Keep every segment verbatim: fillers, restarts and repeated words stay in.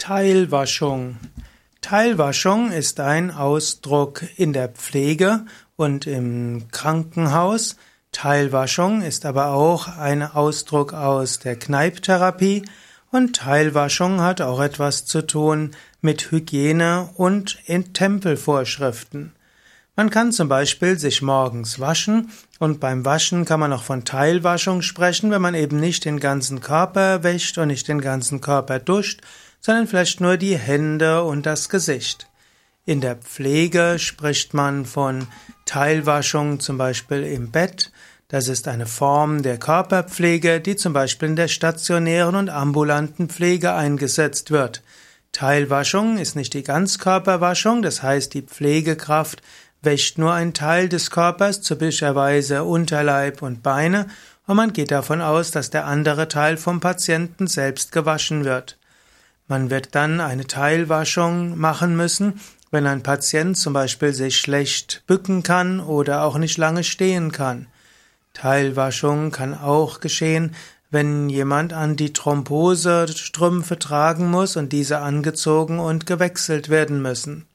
Teilwaschung. Teilwaschung ist ein Ausdruck in der Pflege und im Krankenhaus. Teilwaschung ist aber auch ein Ausdruck aus der Kneipptherapie und Teilwaschung hat auch etwas zu tun mit Hygiene und in Tempelvorschriften. Man kann zum Beispiel sich morgens waschen und beim Waschen kann man auch von Teilwaschung sprechen, wenn man eben nicht den ganzen Körper wäscht und nicht den ganzen Körper duscht, sondern vielleicht nur die Hände und das Gesicht. In der Pflege spricht man von Teilwaschung zum Beispiel im Bett. Das ist eine Form der Körperpflege, die zum Beispiel in der stationären und ambulanten Pflege eingesetzt wird. Teilwaschung ist nicht die Ganzkörperwaschung, das heißt, die Pflegekraft wäscht nur einen Teil des Körpers, typischerweise Unterleib und Beine, und man geht davon aus, dass der andere Teil vom Patienten selbst gewaschen wird. Man wird dann eine Teilwaschung machen müssen, wenn ein Patient zum Beispiel sich schlecht bücken kann oder auch nicht lange stehen kann. Teilwaschung kann auch geschehen, wenn jemand Antithrombose-Strümpfe tragen muss und diese angezogen und gewechselt werden müssen.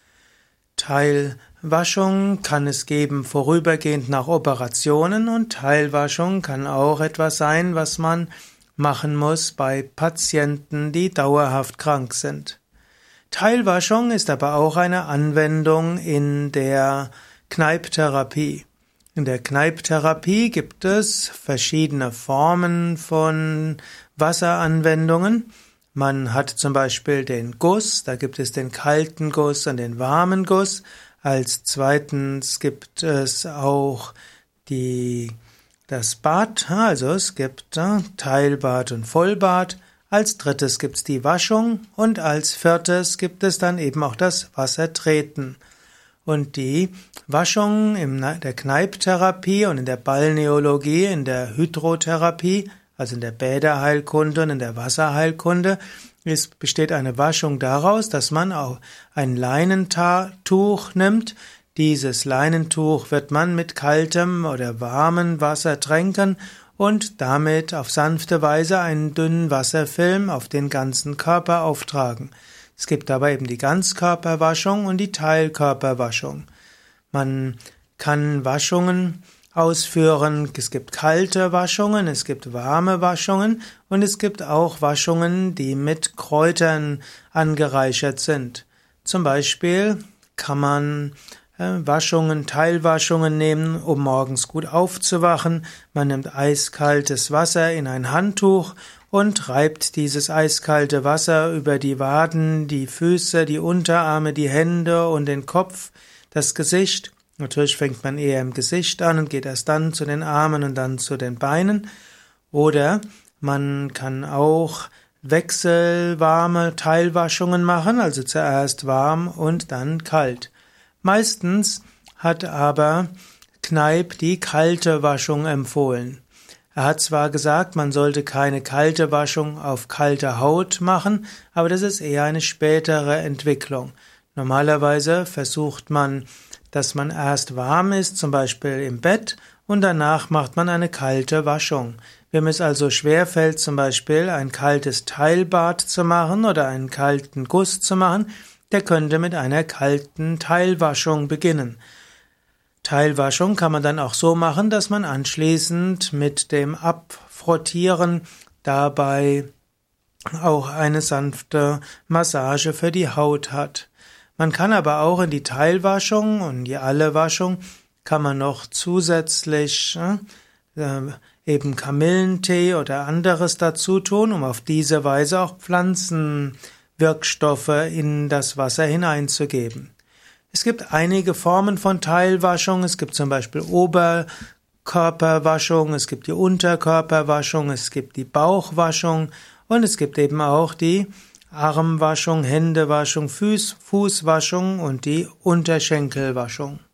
Teilwaschung kann es geben vorübergehend nach Operationen und Teilwaschung kann auch etwas sein, was man machen muss bei Patienten, die dauerhaft krank sind. Teilwaschung ist aber auch eine Anwendung in der Kneipptherapie. In der Kneipptherapie gibt es verschiedene Formen von Wasseranwendungen. Man hat zum Beispiel den Guss, da gibt es den kalten Guss und den warmen Guss. Als zweitens gibt es auch die, das Bad, also es gibt Teilbad und Vollbad. Als drittes gibt es die Waschung und als viertes gibt es dann eben auch das Wassertreten. Und die Waschung in der Kneipptherapie und in der Balneologie, in der Hydrotherapie, also in der Bäderheilkunde und in der Wasserheilkunde, ist, besteht eine Waschung daraus, dass man auch ein Leinentuch nimmt. Dieses Leinentuch wird man mit kaltem oder warmem Wasser tränken und damit auf sanfte Weise einen dünnen Wasserfilm auf den ganzen Körper auftragen. Es gibt dabei eben die Ganzkörperwaschung und die Teilkörperwaschung. Man kann Waschungen ausführen. Es gibt kalte Waschungen, es gibt warme Waschungen und es gibt auch Waschungen, die mit Kräutern angereichert sind. Zum Beispiel kann man Waschungen, Teilwaschungen nehmen, um morgens gut aufzuwachen. Man nimmt eiskaltes Wasser in ein Handtuch und reibt dieses eiskalte Wasser über die Waden, die Füße, die Unterarme, die Hände und den Kopf, das Gesicht. Natürlich fängt man eher im Gesicht an und geht erst dann zu den Armen und dann zu den Beinen. Oder man kann auch wechselwarme Teilwaschungen machen, also zuerst warm und dann kalt. Meistens hat aber Kneipp die kalte Waschung empfohlen. Er hat zwar gesagt, man sollte keine kalte Waschung auf kalte Haut machen, aber das ist eher eine spätere Entwicklung. Normalerweise versucht man, dass man erst warm ist, zum Beispiel im Bett, und danach macht man eine kalte Waschung. Wem es also schwerfällt, zum Beispiel ein kaltes Teilbad zu machen oder einen kalten Guss zu machen, der könnte mit einer kalten Teilwaschung beginnen. Teilwaschung kann man dann auch so machen, dass man anschließend mit dem Abfrottieren dabei auch eine sanfte Massage für die Haut hat. Man kann aber auch in die Teilwaschung und die alle Waschung kann man noch zusätzlich äh, eben Kamillentee oder anderes dazu tun, um auf diese Weise auch Pflanzenwirkstoffe in das Wasser hineinzugeben. Es gibt einige Formen von Teilwaschung. Es gibt zum Beispiel Oberkörperwaschung, es gibt die Unterkörperwaschung, es gibt die Bauchwaschung und es gibt eben auch die Armwaschung, Händewaschung, Fuß, Fußwaschung und die Unterschenkelwaschung.